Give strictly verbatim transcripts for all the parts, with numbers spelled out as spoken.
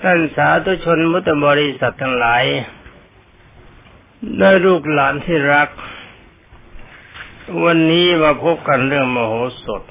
ท่านสาธุชนพุทธบริษัททั้งหลายได้ลูกหลานที่รักวันนี้มาพบกันเรื่องมโหสถ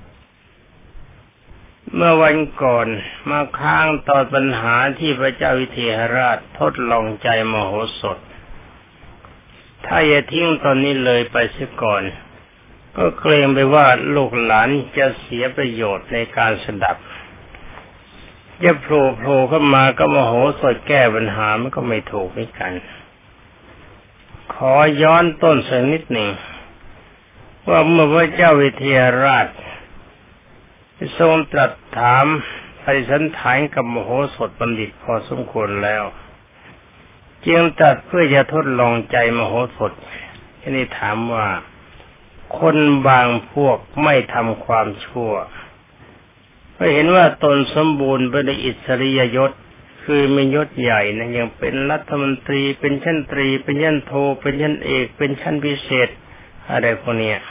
เมื่อวันก่อนมาค้างตอนปัญหาที่พระเจ้าวิเทหราชทดลองใจมโหสถถ้าอย่าทิ้งตอนนี้เลยไปเสียก่อนก็เกรงไปว่าลูกหลานจะเสียประโยชน์ในการสดับจะโผล่โผล่เข้ามาก็มโหสถแก้ปัญหามันก็ไม่ถูกเหมือนกันขอย้อนต้นสักนิดหนึ่งว่าเมื่อพระเจ้าวิเทหราชทรงตรัสถามปฏิสันถานกับมโหสถบัณฑิตพอสมควรแล้วจึงตรัสเพื่อจะทดลองใจมโหสถที่นี่ถามว่าคนบางพวกไม่ทำความชั่วเพราะเห็นว่าตนสมบูรณ์ไปในอิสริยยศคือมียศใหญ่นะยังเป็นรัฐมนตรีเป็นชั้นตรีเป็นชั้นโทเป็นชั้นเอกเป็นชั้นพิเศษอะไรพวกนี้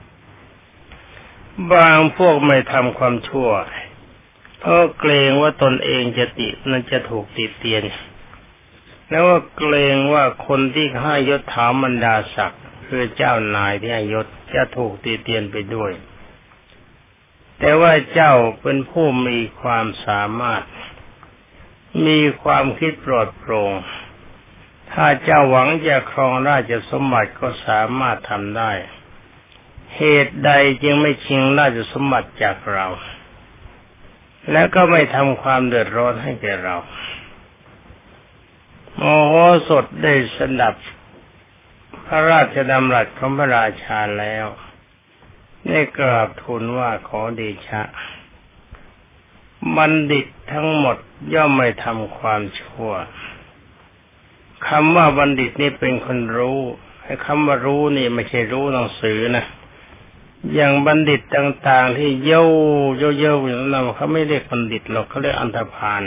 บางพวกไม่ทำความชั่วเพราะเกรงว่าตนเองจะตินั้นจะถูกติเตียนแล้วว่าเกรงว่าคนที่ให้ยศถาบรรดาศักดิ์คือเจ้านายที่ให้ยศจะถูกติเตียนไปด้วยแต่ว่าเจ้าเป็นผู้มีความสามารถมีความคิดปลอดโปร่งถ้าเจ้าหวังจะครองราชสมบัติก็สามารถทำได้เหตุใดจึงไม่ชิงราชสมบัติจากเราและก็ไม่ทำความเดือดร้อนให้แก่เรามโหสถได้สดับพระราชดำรัสของพระราชาแล้วได้กราบทูลว่าขอเดชะบัณฑิตทั้งหมดย่อมไม่ทำความชั่วคำว่าบัณฑิตนี่เป็นคนรู้ไอ้คำว่ารู้นี่ไม่ใช่รู้หนังสือนะอย่างบัณฑิตต่างๆที่เย่อเย่อเย่ออย่างนั้นเขาไม่เรียกบัณฑิตหรอกเขาเรียกอันธพาล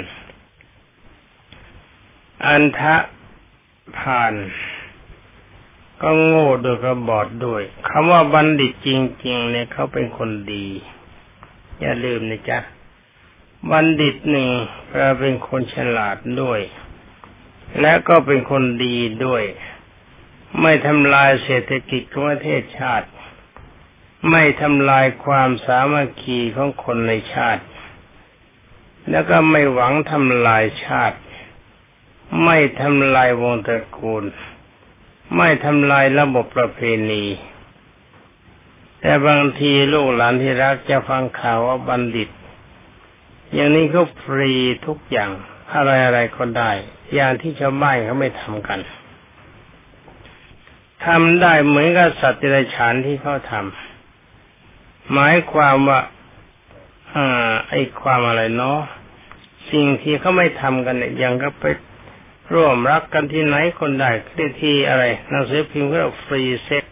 อันทะพาลก็โง่โดยก็บอดด้วยคำว่าบัณฑิตจริงๆเนี่ยเขาเป็นคนดีอย่าลืมนะจ๊ะบัณฑิตหนึ่งแปลเป็นคนฉลาดด้วยและก็เป็นคนดีด้วยไม่ทำลายเศรษฐกิจของประเทศชาติไม่ทำลายความสามัคคีของคนในชาติแล้วก็ไม่หวังทำลายชาติไม่ทำลายวงตระกูลไม่ทำลายระบบประเพณีแต่บางทีลูกหลานที่รักจะฟังข่าวว่าบัณฑิตอย่างนี้เขาฟรีทุกอย่างอะไรอะไรก็ได้อย่างที่ชาวบ้านเขาไม่ทำกันทำได้เหมือนกับสัตว์เดรัจฉานที่เขาทำหมายความว่าอ่าไอ้ความอะไรเนาะสิ่งที่เขาไม่ทำกันเนี่ยอย่างก็ไปร่วมรักกันที่ไหนคนได้ได้ที่อะไรหนังสือพิมพ์ก็ฟรีเซ็ก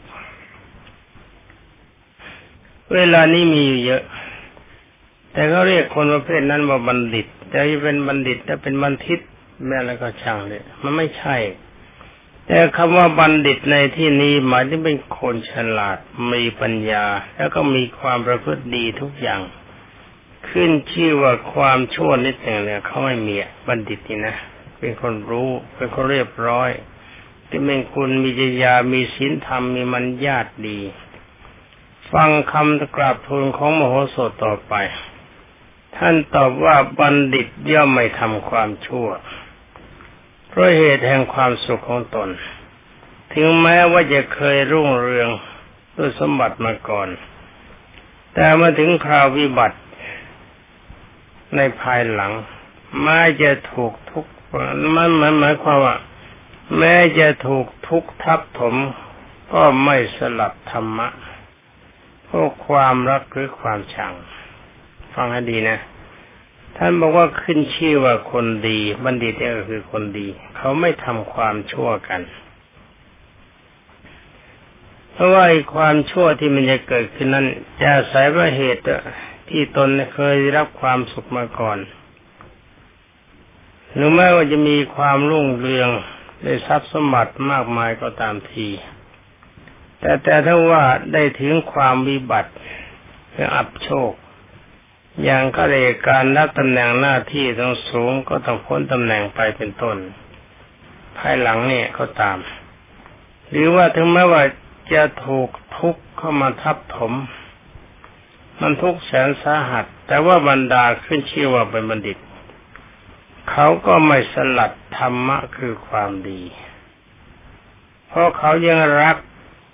เวลานี้มีอยู่เยอะแต่เขาเรียกคนประเภทนั้นว่าบัณฑิตแต่ที่เป็นบัณฑิตแต่เป็นบัณฑิตแม้แล้วก็ช่างเลยมันไม่ใช่แต่คำว่าบัณฑิตในที่นี้หมายถึงเป็นคนฉลาดมีปัญญาแล้วก็มีความประพฤติดีทุกอย่างขึ้นชื่อว่าความชั่วนิดหนึ่งเนี่ยเขาไม่มีบัณฑิตนี่นะเป็นคนรู้เป็นคนเรียบร้อยที่เป็นคุณมีจริยามีศีลธรรมมีมัญญาติดีฟังคำกราบทูลของมโหสถต่อไปท่านตอบว่าบัณฑิตย่อมไม่ทำความชั่วเพราะเหตุแห่งความสุขของตนถึงแม้ว่าจะเคยรุ่งเรืองด้วยสมบัติมาก่อนแต่มาถึงคราววิบัติในภายหลังแม้จะถูกทุกข์มันหมายความว่าแม้จะถูกทุกข์ทับถมก็ไม่สลัดธรรมะเพราะความรักหรือความชังฟังให้ดีนะท่านบอกว่าขึ้นชื่อว่าคนดีบัณฑิตก็คือคนดีเขาไม่ทำความชั่วกันเพราะว่าไอ้ความชั่วที่มันจะเกิดขึ้นนั้นจะอาศัยว่าเหตุที่ตนเคยรับความสุขมาก่อนหรือแม้ว่าจะมีความรุ่งเรืองได้ทรัพย์สมบัติมากมายก็ตามทีแต่แต่ถ้าว่าได้ถึงความวิบัติหรืออับโชคอย่างข้าราชการรับตำแหน่งหน้าที่ต้องสูงก็ต้องพ้นตำแหน่งไปเป็นต้นภายหลังเนี่ยเขาตามหรือว่าถึงแม้ว่าจะถูกทุกข์เข้ามาทับถมมันทุกข์แสนสาหัสแต่ว่าบรรดาขึ้นชื่อว่าเป็นบัณฑิตเขาก็ไม่สลัดธรรมะคือความดีเพราะเขายังรัก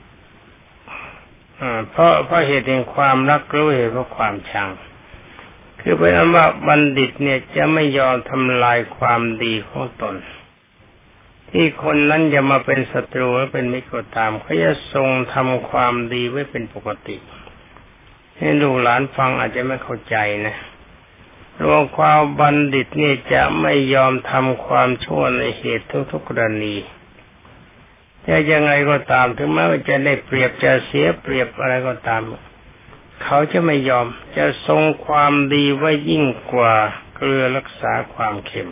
เพราะเพราะเหตุแห่งความรักรู้เหตุเพราะความชังคือเป็นอันว่าบัณฑิตเนี่ยจะไม่ยอมทำลายความดีของตนที่คนนั้นจะมาเป็นศัตรูหรือเป็นมิตรก็ตามเขาจะทรงทำความดีไว้เป็นปกติให้ลูกหลานฟังอาจจะไม่เข้าใจนะรวมความบัณฑิตนี่จะไม่ยอมทำความชั่วในเหตุทุกๆกรณีจะยังไงก็ตามถึงแม้ว่าจะได้เปรียบจะเสียเปรียบอะไรก็ตามเขาจะไม่ยอมจะทรงความดีไว้ยิ่งกว่าเกลือรักษาความเค็ม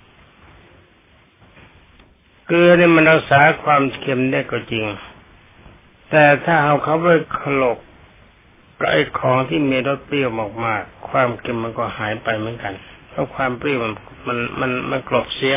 เกลือเนี่ยมันรักษาความเค็มได้ก็จริงแต่ถ้าเอาเขาไปขลกกับไอ้ของที่มีรสเปรี้ยวมากๆความเค็มมันก็หายไปเหมือนกันเพราะความเปรี้ยวมันมันมันมันกลบเสีย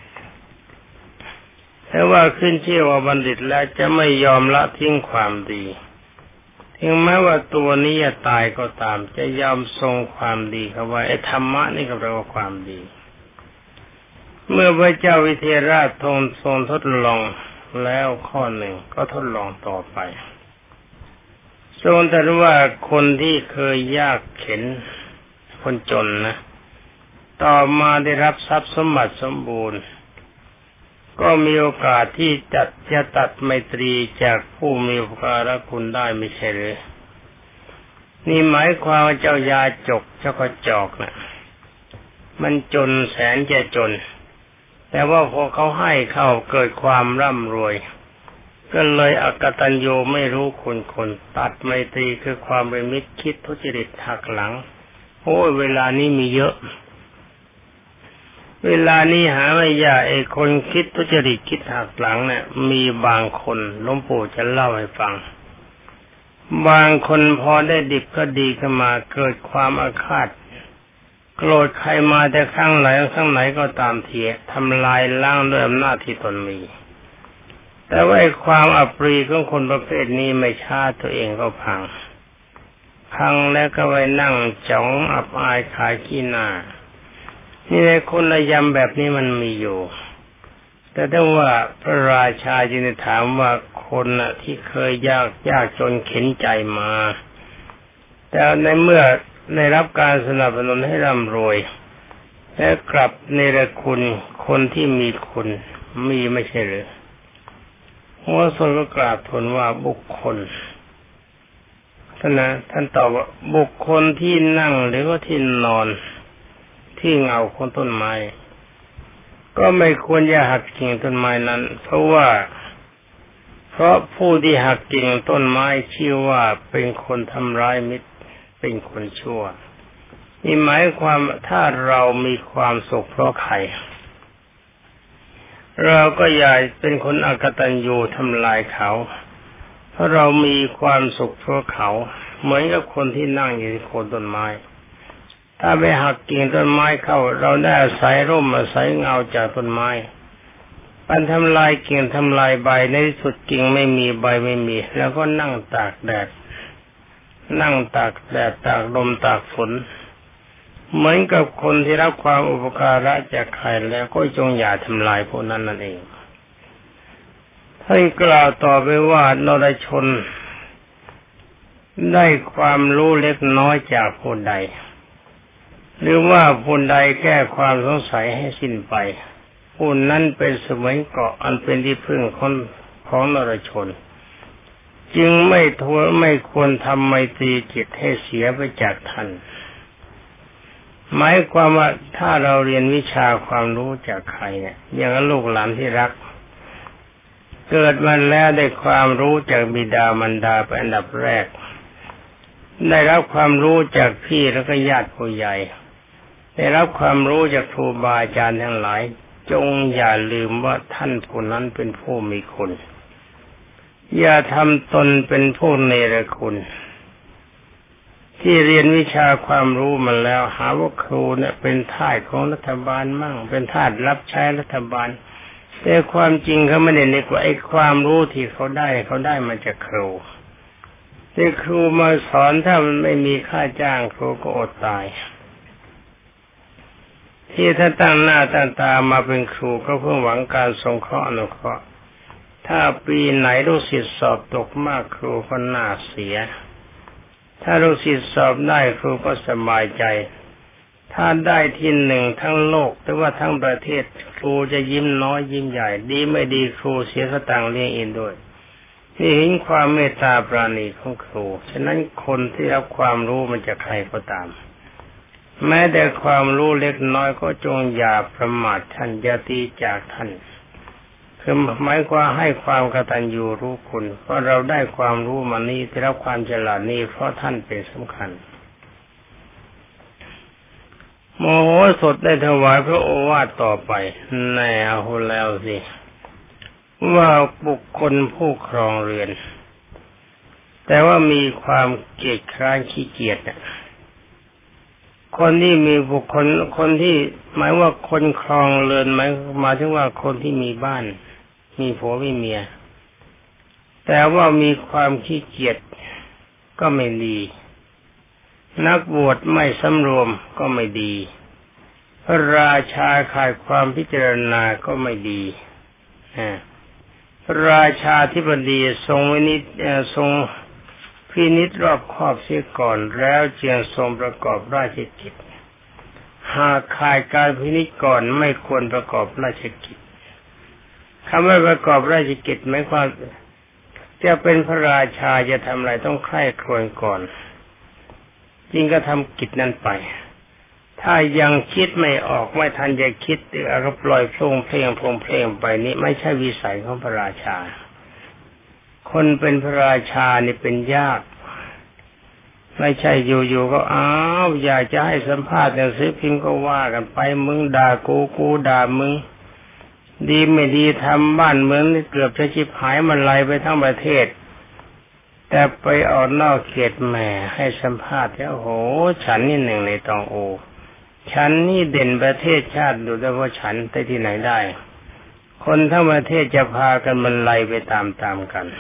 แต่ว่าขึ้นชื่อว่าบัณฑิตแล้วจะไม่ยอมละทิ้งความดีถึงแม้ว่าตัวนี้จะตายก็ตามจะยอมทรงความดีเขาไว้ไอ้ธรรมะนี่ก็แปลว่าความดีเมื่อพระเจ้าวิเทหราชทรงทรงทดลองแล้วข้อหนึ่งก็ทดลองต่อไปทรงตรัสว่าคนที่เคยยากเข็ญคนจนนะต่อมาได้รับทรัพย์สมบัติสมบูรณ์ก็มีโอกาสที่จะจะตัดไมตรีจากผู้มีอุปการะคุณได้ไม่ใช่หรือนี่หมายความว่าเจ้ายาจกเจ้ากระจอกนะ่ะมันจนแสนจะจนแต่ว่าพอเขาให้เข้าเกิดความร่ำรวยก็เลยอกตัญญูไม่รู้คุณคนตัดไมตรีคือความเป็นมิตรคิดทุจริตหักหลังโอ้ยเวลานี้มีเยอะเวลานี้หาไม่ยากไอ้คนคิดทุจริตคิดหักหลังเนี่ยมีบางคนหลวงปู่จะเล่าให้ฟังบางคนพอได้ดิบก็ดีขึ้นมาเกิดความอาฆาตโกรธใครมาแต่ข้างไหนข้างไหนก็ตามทีทำลายล้างด้วยอำนาจที่ตนมีแต่ว่าความอับปรีของคนประเภทนี้ไม่ช้าตัวเองก็พังพังแล้วก็ไปนั่งจ้องอับอายขายขี้หน้านี่ในคนระยำแบบนี้มันมีอยู่แต่ถ้าว่าพระราชาจึงถามว่าคนน่ะที่เคยยากยากจนเข็นใจมาแต่ในเมื่อได้รับการสนับสนุนให้ร่ำรวยและกลับเนรคุณคนที่มีคุณมีไม่ใช่หรือหัวส่วนก็กราบทูลว่าบุคคลท่านนะท่านตอบว่าบุคคลที่นั่งหรือว่าที่นอนที่เงาของต้นไม้ก็ไม่ควรจะหักกิ่งต้นไม้นั้นเพราะว่าเพราะผู้ที่หักกิ่งต้นไม้ชื่อว่าเป็นคนทำร้ายมิตรเป็นคนชั่วนี่หมายความถ้าเรามีความสุขเพราะใครเราก็อย่าเป็นคนอกตัญญูทำลายเขาเพราะเรามีความสุขเพราะเขาเหมือนกับคนที่นั่งอยู่ที่โคนต้นไม้ถ้าไปหักกิ่งต้นไม้เข้าเราได้อาศัยร่มอาศัยเงาจากต้นไม้มันทำลายกิ่งทำลายใบในที่สุดกิ่งไม่มีใบไม่มีแล้วก็นั่งตากแดดนั่งตากแดดตากลมตากฝนเหมือนกับคนที่รับความอุปการะจากใครแล้วก็จงอย่าทำลายพวกนั้นนั่นเองท่านกล่าวต่อไปว่านรชนได้ความรู้เล็กน้อยจากผู้ใดหรือว่าผู้ใดแก้ความสงสัยให้สิ้นไปผู้นั้นเป็นเสมือนเกาะอันเป็นที่พึ่งของของนรชนจึงไม่ทั่วไม่ควรทำไมตรีจิตให้เสียไปจากท่านหมายความว่าถ้าเราเรียนวิชาความรู้จากใครเนี่ยอย่างลูกหลานที่รักเกิดมาแล้วได้ความรู้จากบิดามารดาเป็นอันดับแรกได้รับความรู้จากพี่แล้วก็ญาติผู้ใหญ่ได้รับความรู้จากครูบาอาจารย์ทั้งหลายจงอย่าลืมว่าท่านผู้นั้นเป็นผู้มีคุณอย่าทำตนเป็นผู้เนรคุณที่เรียนวิชาความรู้มาแล้วหาว่าครูเนี่ยเป็นทาสของรัฐบาลมั่งเป็นทาสรับใช้รัฐบาลแต่ความจริงเขาไม่ได้เรียกว่าไอ้ความรู้ที่เขาได้เขาได้มาจากครูที่ครูมาสอนถ้ามันไม่มีค่าจ้างครูก็อดตายที่ถ้าตั้งหน้าตั้งตามาเป็นครูก็เพื่อหวังการสงเคราะห์อนุเคราะห์ถ้าปีไหนลูกศิษย์สอบตกมากครูก็น่าเสียถ้าลูกศิษย์สอบได้ครูก็สบายใจถ้าได้ที่หนึ่งทั้งโลกหรือว่าทั้งประเทศครูจะยิ้มน้อยยิ้มใหญ่ดีไม่ดีครูเสียสตางค์เลี้ยงเองด้วยนี่เห็นความเมตตาปราณีของครูฉะนั้นคนที่รับความรู้มันจะใครก็ตามแม้แต่ความรู้เล็กน้อยก็จงอย่าประมาทท่านอย่าตีจากท่านคือหมายความให้ความกตัญญูรู้คุณเพราะเราได้ความรู้มานี้ได้รับความฉลาดนี้เพราะท่านเป็นสำคัญโมโหสถได้ถวายพระโอวาทต่อไปแน่เอาแล้วสิว่าบุคคลผู้ครองเรือนแต่ว่ามีความเกียจคร้านขี้เกียจน่ะคนที่มีบุคคลคนที่หมายว่าคนครองเรือนหมายหมายถึงว่าคนที่มีบ้านมีผัวมีเมียแต่ว่ามีความขี้เกียจก็ไม่ดีนักบวชไม่สำรวมก็ไม่ดีพระราชาขาดความพิจารณาก็ไม่ดีพระราชาธิบดีทรงวินิจทรงพินิจรอบคอบเสียก่อนแล้วจึงทรงประกอบราชกิจหากขาดการพินิจก่อนไม่ควรประกอบราชกิจคำว่าประกอบราชกิจหมายความจะเป็นพระราชาจะทำอะไรต้องใคร่ครวญก่อนจริงก็ทำกิจนั้นไปถ้ายังคิดไม่ออกไม่ทันจะคิดก็ปล่อยโพล่งเพลงพงเพลงไปนี่ไม่ใช่วิสัยของพระราชาคนเป็นพระราชานี่เป็นยากไม่ใช่อยู่ๆก็อ้าวอยากจะให้สัมภาษณ์หนังสือพิมพ์ก็ว่ากันไปมึงด่ากูกูด่ามึงดีไม่ดีทำบ้านเมืองนี่เกือบจะชิบหายมันไล่ไปทั้งประเทศแต่ไปออกนอกเขตแหม่ให้สัมภาษณ์แล้วโหฉันนี่หนึ่งในตองโอฉันนี่เด่นประเทศชาติดูได้ว่าฉันไปที่ไหนได้คนทั้งประเทศจะพากันมันไล่ไปตามๆกัน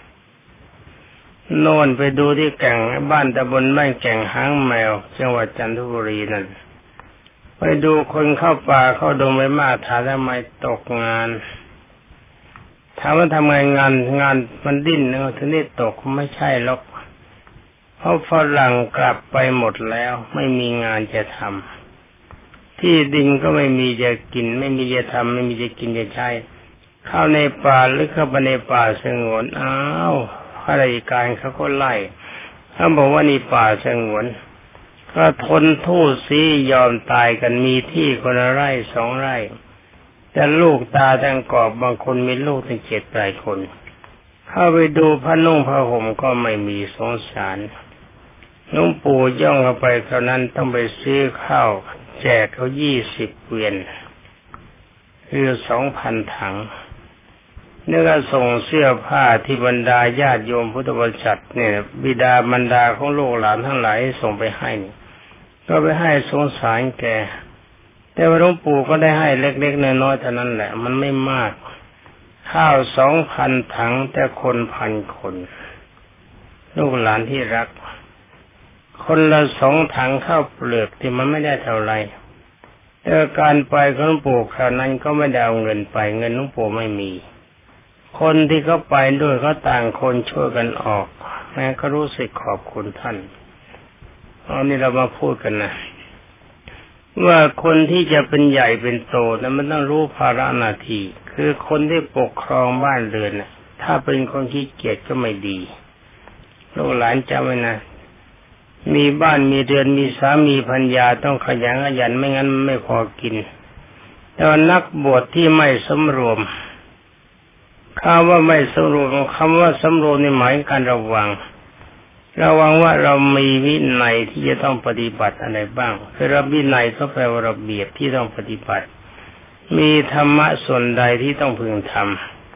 โน่นไปดูที่แก่งบ้านตะบนบ้านแก่งหางแมวจังหวัดจันทบุรีนั่นไปดูคนเข้าป่าเข้าดงไปมากถามทำไมตกงานถามว่าทำไงงานงานมันดิ้นเนอะทีนี้ตกไม่ใช่หรอกเพราะฝรั่งกลับไปหมดแล้วไม่มีงานจะทำที่ดินก็ไม่มีจะกินไม่มีจะทำไม่มีจะกินจะใช้เข้าในป่าหรือเข้าไปในป่าสงวนอ้าวข้าราชการเขาก็ไล่เขาบอกว่านี่ป่าสงวนก็ทนทู่ซียอมตายกันมีที่คนละไร่สองไร่แต่ลูกตาทั้งกอบบางคนมีลูกถึงเจ็ดแปดคนเข้าไปดูผ้านุ่งผ้าห่มก็ไม่มีสงสารหลวงปู่ย่องเข้าไปคราวนั้นต้องไปซื้อข้าวแจกเขายี่สิบเกวียนคือสองพันถังแล้วก็ส่งเสื้อผ้าที่บรรดาญาติโยมพุทธบริษัทเนี่ยบิดาบรรดาของลูกหลานทั้งหลายส่งไปให้ก็ไปให้สงสารแกแต่ว่าหลวงปู่ก็ได้ให้เล็กๆน้อยๆเท่านั้นแหละมันไม่มากข้าวสองพันถังแต่คนพันคนลูกหลานที่รักคนละสองถังข้าวเปลือกที่มันไม่ได้เท่าไรแต่การไปของหลวงปู่คราวนั้นก็ไม่ได้เอาเงินไปเงินหลวงปู่ไม่มีคนที่เขาไปด้วยเขาต่างคนช่วยกันออกแม้เขารู้สึกขอบคุณท่านเอานี่เรามาพูดกันนะว่าคนที่จะเป็นใหญ่เป็นโตนั้นมันต้องรู้ภาระหน้าที่คือคนที่ปกครองบ้านเรือนน่ะถ้าเป็นคนขี้เกียจก็ไม่ดีลูกหลานจำไว้นะมีบ้านมีเรือนมีสามีภรรยาต้องขยันขยันไม่งั้นไม่พอกินแต่นักบวชที่ไม่สำรวมคำว่าไม่สำรวมคำว่าสำรวมในหมายการระวังระวังว่าเรามีวินัยที่จะต้องปฏิบัติอะไรบ้างคือระวินัยก็แปลว่าระเบียบที่ต้องปฏิบัติมีธรรมะส่วนใดที่ต้องพึงท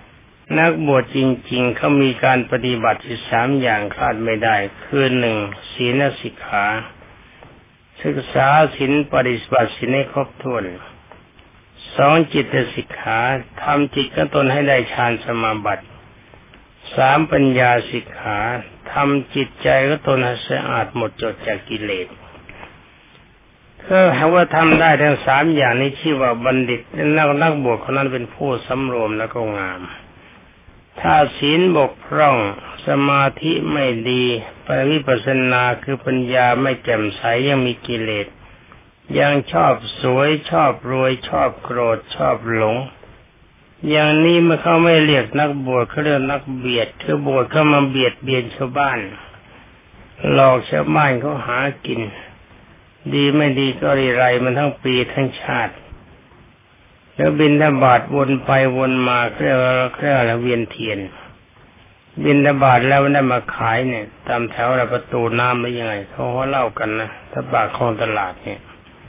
นักบวชจริงๆเขามีการปฏิบัติที่สามอย่างคลาดไม่ได้คือหนึ่งศีลสิกขาศึกษาศีลปฏิบัติศีลให้ครบถ้วนสองจิตสิกขาทำจิตของตนให้ได้ฌานสมาบัติสามปัญญาสิกขาทำจิตใจของตนให้สะอาดหมดจดจากกิเลสถ้าหากว่าทำได้ทั้งสามอย่างนี้ชื่อว่าบัณฑิตนักนักบวชคนนั้นเป็นผู้สำรวมและก็งามถ้าศีลบกพร่องสมาธิไม่ดีปวิปัสสนาคือปัญญาไม่แจ่มใสยังมีกิเลสยังชอบสวยชอบรวยชอบโกรธชอบหลงอย่างนี้เมื่อเขาไม่เรียกนักบวชเขาเรียกนักเบียดคือบวชเข้ามาเบียดเบียนชาวบ้านหลอกชาวบ้านเขาหากินดีไม่ดีก็ริไรมันทั้งปีทั้งชาติแล้วบิณฑบาตวนไปวนมาเครื่อเครื่อแล้วเวียนเทียนบิณฑบาตแล้วได้มาขายเนี่ยตามแถวประตูน้ำหรือยังไงเขาเล่ากันนะถ้าปากคลองตลาดเนี่ย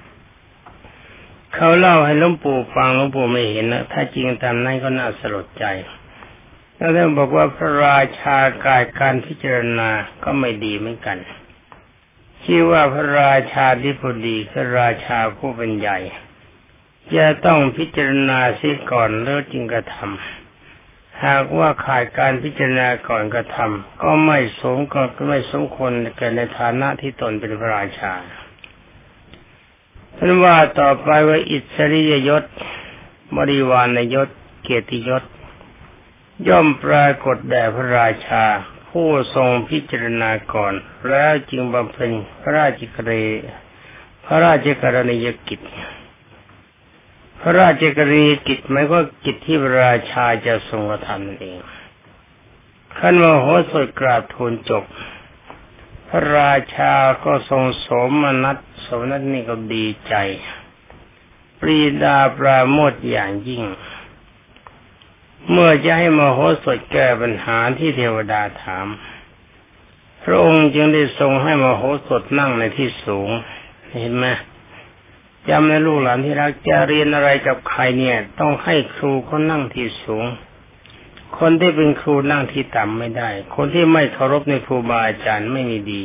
เขาเล่าให้หลวงปู่ฟังหลวงปู่ไม่เห็นนะถ้าจริงตามนั้นก็น่าสลดใจแล้วท่านบอกว่าพระราชากายการพิจารณาก็ไม่ดีเหมือนกันชื่อว่าพระราชาธิบดีคือราชาผู้เป็นใหญ่จะต้องพิจารณาเสียก่อนแล้วจึงกระทำหากว่าขาดการพิจารณาก่อนกระทำก็ไม่สมก็ไม่สมควรแก่ในฐานะที่ตนเป็นพระราชาท่านว่าต่อไปว่าอิสริยยศบริวารยศเกียรติยศย่อมปรากฏแด่พระราชาผู้ทรงพิจารณาก่อนแล้วจึงบำเพ็ญพระราชกรณีพระราชกรณียกิจพระราชกรณียกิจหมายก็กิจที่พระราชาจะทรงกระทำนั่นเองขั้นมโหสถกราบทูลจบพระราชาก็ทรงโสมนัสโสมนัสนี่ก็ดีใจปรีดาปราโมทย์อย่างยิ่งเมื่อจะให้มโหสถแก้ปัญหาที่เทวดาถามพระองค์จึงได้ทรงให้มโหสถนั่งในที่สูงเห็นไหมจำในลูกหลานที่รักจะเรียนอะไรกับใครเนี่ยต้องให้ครูเขานั่งที่สูงคนที่เป็นครูนั่งที่ต่ำไม่ได้คนที่ไม่เคารพในครูบาอาจารย์ไม่มีดี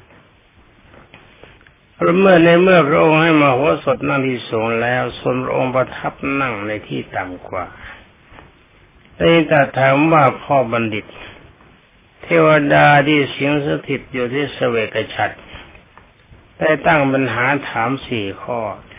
เพราะเมื่อในเมื่อพระองค์ให้มโหสถนั่งที่สูงแล้วส่วนพระองค์ประทับนั่งในที่ต่ำกว่าแต่ถามว่าพ่อบัณฑิตเทวดาที่สิงสถิตอยู่ที่เสวกฉัตรได้ตั้งปัญหาถามสี่ข้อ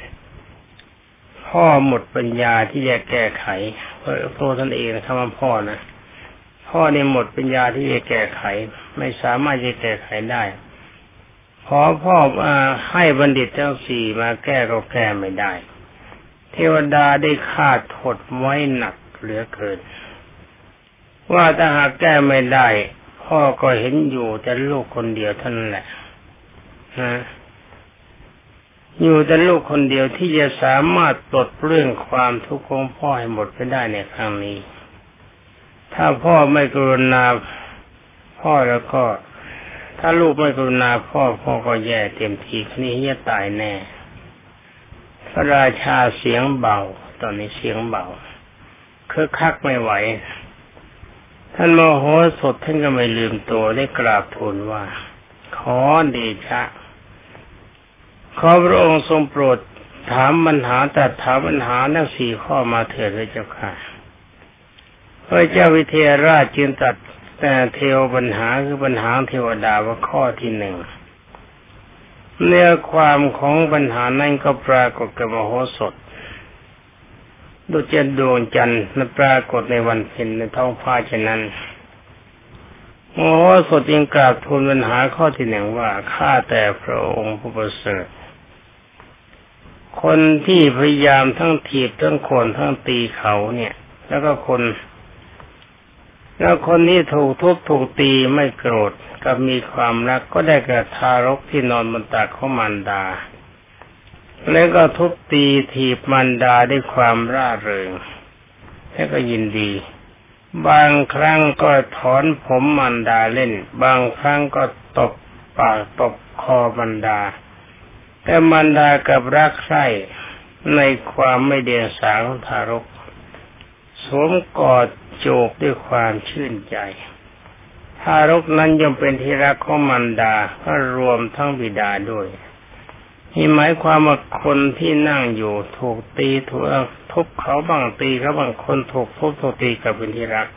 พ่อหมดปัญญาที่จะแก้ไขเพราะโทษท่านเองนะคำว่าพ่อนะพ่อเนี่ยหมดปัญญาที่จะแก้ไขไม่สามารถจะแก้ไขได้ขอพ่อให้บัณฑิตทั้งสี่มาแก้ก็แก้ไม่ได้เทวดาได้คาดโทษไว้หนักเหลือเกินว่าถ้าหากแก้ไม่ได้พ่อก็เห็นอยู่แต่ลูกคนเดียวเท่านั้นแหละนะอยู่แต่ลูกคนเดียวที่จะสามารถปลดเรื่องความทุกข์ของพ่อให้หมดไปได้ในครั้งนี้ถ้าพ่อไม่กรุณาพ่อแล้วก็ถ้าลูกไม่กรุณาพ่อพ่อก็แย่เต็มทีคนี้จะตายแน่พระราชาเสียงเบาตอนนี้เสียงเบาคึกคักไม่ไหวท่านมโหสถท่านก็ไม่ลืมตัวได้กราบทูลว่าขอเดชะขอพระองค์ทรงโปรดถามปัญหาแต่ถามปัญหาทั้งสี่ข้อมาเถิดพระเจ้าค่ะพระเจ้าวิเทหราชจึงตรัสแต่เทวปัญหาคือปัญหาเทวดาว่าข้อที่หนึ่งเนื้อความของปัญหานั้นก็ปรากฏกับมโหสถดุจดวงจันทร์นั้นปรากฏในวันเพ็ญในท้องฟ้าเช่นนั้นมโหสถจึงกราบทูลปัญหาข้อที่หนึ่งว่าข้าแต่พระองค์ผู้ประเสริฐคนที่พยายามทั้งถีบทั้งโค่นทั้งตีเขาเนี่ยแล้วก็คนแล้วคนที่ถูกทุบถูกตีไม่โกรธกับมีความรักก็ได้แก่ทารกที่นอนบนตักของมารดาแล้วก็ทุบตีถีบมารดาด้วยความร่าเริงแล้วก็ยินดีบางครั้งก็ถอนผมมารดาเล่นบางครั้งก็ตบปากตบคอมารดาแต่มารดากับรักใคร่ในความไม่เดียงสาของทารกสวมกอดโจกด้วยความชื่นใจทารกนั้นย่อมเป็นที่รักของมารดาก็รวมทั้งบิดาด้วยนี่หมายความว่าคนที่นั่งอยู่ถูกตีถูกทุบเขาบ้างตีเขาบางคนถูกทุบถูกตีกับเป็นที่รัก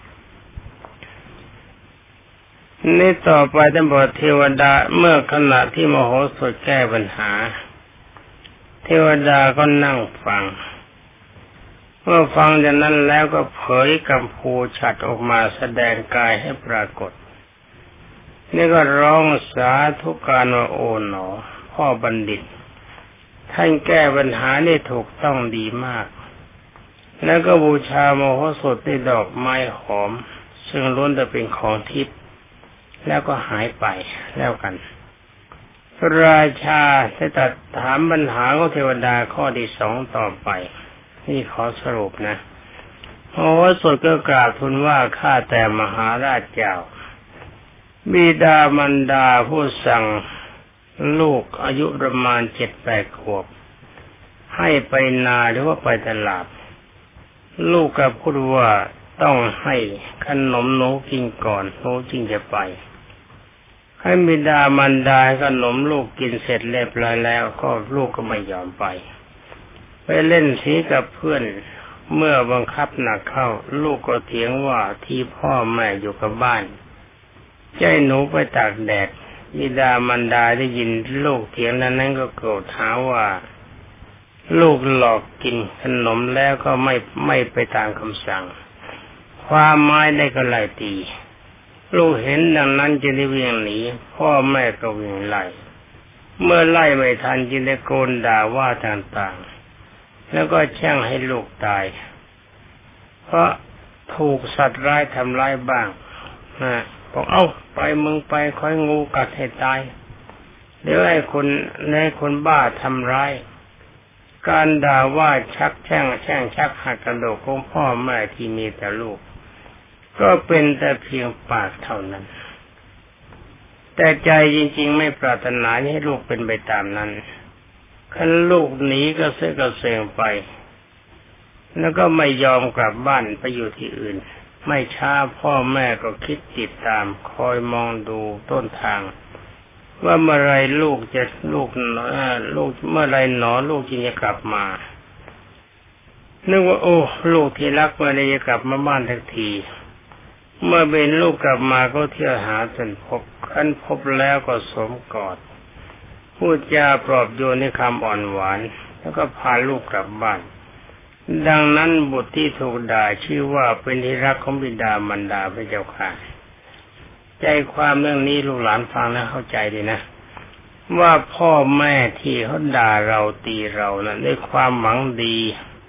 นี่ต่อไปท่านบอกเทวดาเมื่อขณะที่มโหสถแก้ปัญหาเทวดาก็นั่งฟังเมื่อฟังจากนั้นแล้วก็เผยกัมพูฉัตรออกมาแสดงกายให้ปรากฏนี่ก็ร้องสาธุการว่าโอ๋หนอพ่อบัณฑิตท่านแก้ปัญหาได้ถูกต้องดีมากแล้วก็บูชามโหสถด้วยดอกไม้หอมซึ่งล้วนแต่เป็นของทิพย์แล้วก็หายไปแล้วกันพระราชาได้ตรัสถามปัญหาของเทวดาข้อที่สองต่อไปนี่ขอสรุปนะโหสถก็กราบทูลว่าข้าแต่มหาราชเจ้าบิดามารดาผู้สั่งลูกอายุประมาณเจ็ดแปดขวบให้ไปนาหรือว่าไปตลาดลูกก็พูดว่าต้องให้ขนมหนูกินก่อนหนูจึงจะไปให้บิดามารดาขนมลูกกินเสร็จเรียบร้อยแล้วก็ลูกก็ไม่ยอมไปไปเล่นสีกับเพื่อนเมื่อบังคับหนักเข้าลูกก็เถียงว่าที่พ่อแม่อยู่กับบ้านใจหนูไปตากแดดบิดามารดาได้ยินลูกเถียงนั้นนั้นก็โกรธหาว่าลูกหลอกกินขนมแล้วก็ไม่ไม่ไปตามคำสั่งความไม้ได้ก็ไล่ตีลูกเห็นดังนั้นจึงได้วิ่งหนีพ่อแม่ก็วิ่งไล่เมื่อไล่ไม่ทันจึงได้โกนด่าว่าต่างๆแล้วก็แช่งให้ลูกตายเพราะถูกสัตว์ร้ายทำร้ายบ้างนะบอกเอ้าไปมึงไปคอยงูกัดให้ตายเดี๋ยวไอ้คนในคนบ้าทำร้ายการด่าว่าชักแช่งแช่งชักหักกระโดดของพ่อแม่ที่มีแต่ลูกก็เป็นแต่เพียงปากเท่านั้นแต่ใจจริงๆไม่ปรารถนาให้ลูกเป็นไปตามนั้นคันลูกหนีก็เสกเสงไปแล้วก็ไม่ยอมกลับบ้านไปอยู่ที่อื่นไม่ช้าพ่อแม่ก็คิดติดตามคอยมองดูต้นทางว่าเมื่อไรลูกจะลูกลูกเมื่อไรหนอลูกจึงจะกลับมานึกว่าโอ้ลูกที่รักเมื่อไรจะกลับมาบ้านทักทีเมื่อเป็นลูกกลับมาก็เที่ยวหาจนพบคันพบแล้วก็สวมกอดพูดจาปลอบโยนในคำอ่อนหวานแล้วก็พาลูกกลับบ้านดังนั้นบุตรที่ถูกด่าชื่อว่าเป็นที่รักของบิดามารดาพระเจ้าค่ะใจความเรื่องนี้ลูกหลานฟังแล้วเข้าใจดีนะว่าพ่อแม่ที่เขาด่าเราตีเรานั้นด้วยความหวังดี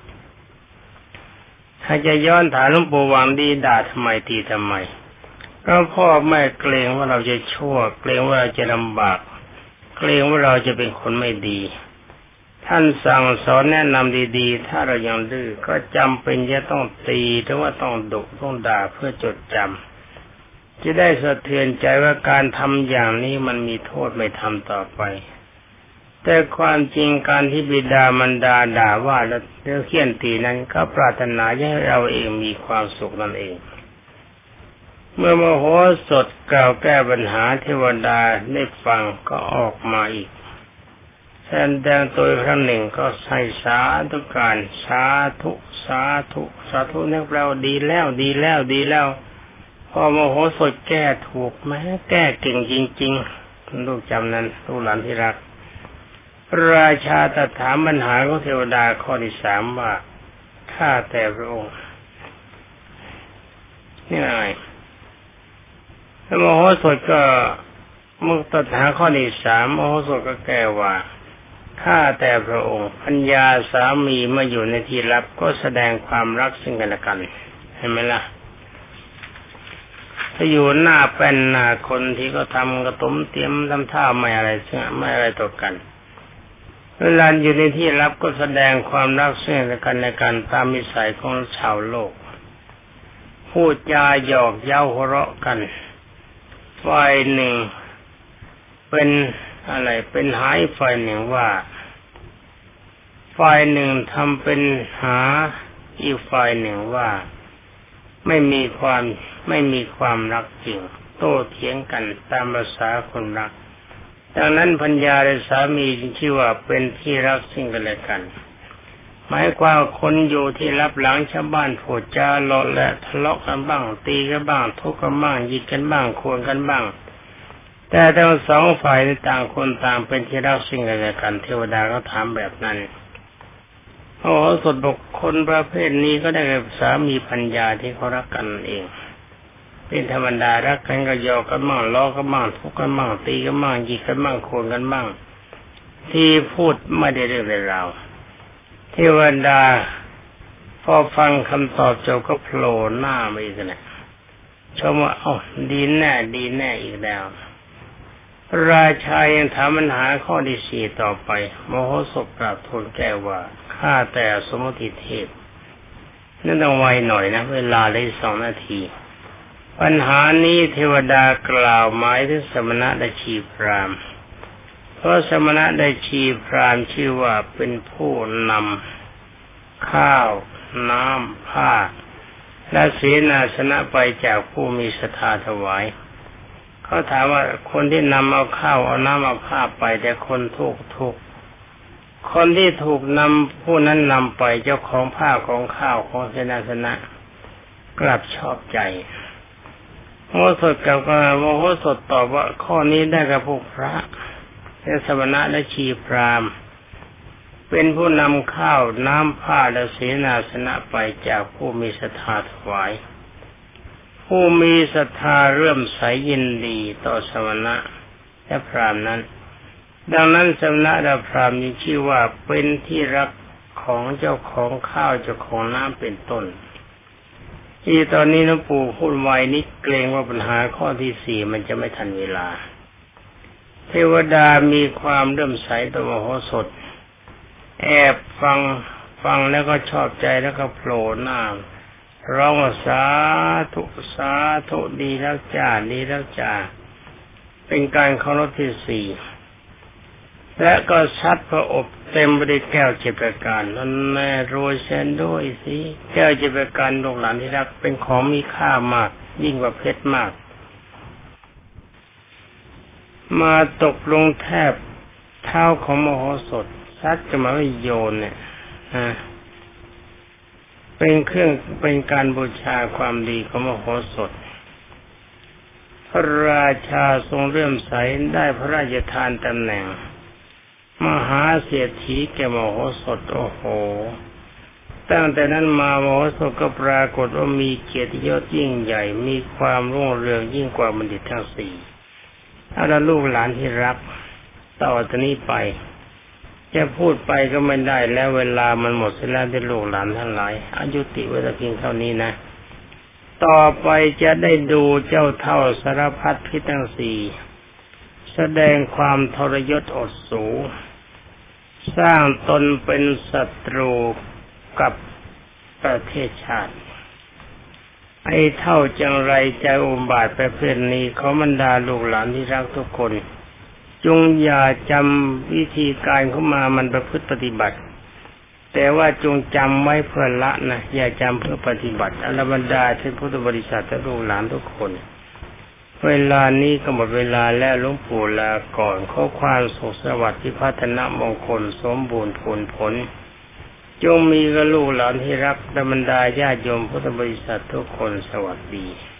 ถ้าจะย้อนถามหลวงปู่หวังดีด่าทำไมตีทำไมก็พ่อแม่เกรงว่าเราจะชั่วเกรงว่าเราจะลำบากเกรงว่าเราจะเป็นคนไม่ดีท่านสั่งสอนแนะนำดีๆถ้าเรายังดื้อก็จำเป็นจะต้องตีหรือว่าต้องดุต้องด่าเพื่อจดจำจะได้สะเทือนใจว่าการทำอย่างนี้มันมีโทษไม่ทำต่อไปแต่ความจริงการที่บิดามารดาด่าว่าแล้วเคี่ยนตีนั้นก็ปรารถนาให้เราเองมีความสุขนั่นเองเมื่อมโหสถกล่าวแก้ปัญหาเทวดาได้ฟังก็ออกมาอีกแสดงตัวครั้งหนึ่งก็ใส่สาธุการสาธุสาธุสาธุนักเราดีแล้วดีแล้วดีแล้วพอมโหสถแก้ถูกแม้แก้เก่งจริงๆลูกจำนั้นลูกหลานที่รักราชาตรัสถามปัญหาของเทวดาข้อที่สามว่าข้าแต่พระองค์นี่ไงมโหสถก็มุกตรัสหาข้อที่สามมโหสถก็แก้ว่าข้าแต่พระองค์ภรรยาสามีมาอยู่ในที่ลับก็แสดงความรักซึ่งกันและกันเห็นไหมล่ะถ้าอยู่หน้าเป็นหน้าคนที่ก็ทำกระตุ้มเตรียมทำท่าไม่อะไรซึ่งไม่อะไรต่อกันเวลาอยู่ในที่ลับก็แสดงความรักซึ่งกันและกันตามนิสัยของชาวโลกพูดจาหยอกเย้าหัวเราะกันฝ่ายหนึ่งเป็นอะไรเป็นหายฝ่ายหนึ่งว่าฝ่ายหนึ่งทำเป็นหาอีกฝ่ายหนึ่งว่าไม่มีความไม่มีความรักจริงโต้เถียงกันตามภาษาคนรักดังนั้นภรรยาและสามีจึงชื่อว่าเป็นที่รักซึ่งกันและกันหมายความคนอยู่ที่รับหลังชาวบ้านพูดจาเลาะและทะเลาะกันบ้างตีกันบ้างทุกข์กันบ้างยิงกันบ้างควงกันบ้างแต่ทั้งสองฝ่ายต่างคนต่างเป็นที่รักซึ่งกันและกันเทวดาก็ถามแบบนั้นโอ้สดบุคคลประเภทนี้ก็ได้กับสามีภรรยาที่เขารักกันเองเป็นธรรมดารักกันก็ยอกันบ้างล้อกันบ้างทุกข์กันบ้างตีกันบ้างยิงกันบ้างควงกันบ้างที่พูดไม่ได้เรื่องราวเทวดาพอฟังคำตอบจบก็โผล่หน้ามาอีกนะชมว่าอ๋อดีแน่ดีแน่อีกแล้วราชายังถามปัญหาข้อที่สี่ต่อไปโมโหสพกราบทูลแก้วว่าข้าแต่สมุติเทพนั่นต้องไวหน่อยนะเวลาได้สองนาทีปัญหานี้เทวดากล่าวหมายถึงสมณะและชีพรามเพราะสมณะได้ชีพรามชื่อว่าเป็นผู้นำข้าวน้ำผ้าและเสนาสนะไปจากผู้มีศรัทธาถวายเขาถามว่าคนที่นำเอาข้าวเอาน้ำเอาผ้าไปแต่คนถูกถูกคนที่ถูกนำผู้นั้นนำไปเจ้าของผ้าของข้าวของเสนาสนะกลับชอบใจโมโหสถกับโมโหสถตอบว่าข้อนี้ได้กับพวกพระแต่สมณะและชีพรามเป็นผู้นำข้าวน้ำผ้าและเสนาสนะไปจากผู้มีศรัทธาถวายผู้มีศรัทธาเริ่มใสยินดีต่อสมณะและพราหมณ์นั้นดังนั้นสมณะและพราหมณ์นี้ชื่อว่าเป็นที่รักของเจ้าของข้าวเจ้าของน้ำเป็นต้นที่ตอนนี้หลวงปู่พูดไว้นิดเกรงว่าปัญหาข้อที่สี่มันจะไม่ทันเวลาเทวดามีความเริ่มใสต่อมโหสถแอบฟังฟังแล้วก็ชอบใจแล้วก็โผล่หน้าร้องสาธุสาธุดีแล้วจ้าดีแล้วจ้าเป็นการเคารพที่สี่และก็ชัดพระอบเต็มไปด้วยแก้วเจ็ดประการนั่นแน่รวยแสนด้วยสิแก้วเจ็ดประการลูกหลานที่รักเป็นของมีค่ามากยิ่งกว่าเพชรมากมาตกลงแทบเท้าของมโหสถซัดจะมาไม่โยนเนี่ยฮะเป็นเครื่องเป็นการบูชาความดีของมโหสถพระราชาทรงเลื่อมใสได้พระราชทานตำแหน่งมหาเศรษฐีแก่มโหสถโอ้โหตั้งแต่นั้นมามโหสถก็ปรากฏว่ามีเกียรติยศยิ่งใหญ่มีความรุ่งเรืองยิ่งกว่าบัณฑิตทั้งสี่ถ้าเราลูกหลานที่รักต่อจากนี้ไปจะพูดไปก็ไม่ได้แล้วเวลามันหมดเสียแล้วที่ลูกหลานทั้งหลายอายุติไว้แต่เพียงเท่านี้นะต่อไปจะได้ดูเจ้าเท่าสารพัดพิษทั้งสี่แสดงความทรยศอดสูสร้างตนเป็นศัตรูกับประเทศชาติไอ้เท่าจังไรใจอุบาทประเภทนี้ขอบรรดาลูกหลานที่รักทุกคนจงอย่าจำวิธีการเข้ามามันประพฤติปฏิบัติแต่ว่าจงจำไว้เพื่อละนะอย่าจำเพื่อปฏิบัติอรบรรดาท่านพุทธบริษัทและลูกหลานทุกคนเวลานี้ก็หมดเวลาแล้วหลวงปู่ลาก่อนขอความสุขสวัสดิ์ที่พัฒนามงคลสมบูรณ์ผลผลจงมีกับลูกหลานที่รักบรรดาญาติโยมพุทธบริษัททุกคนสวัสดี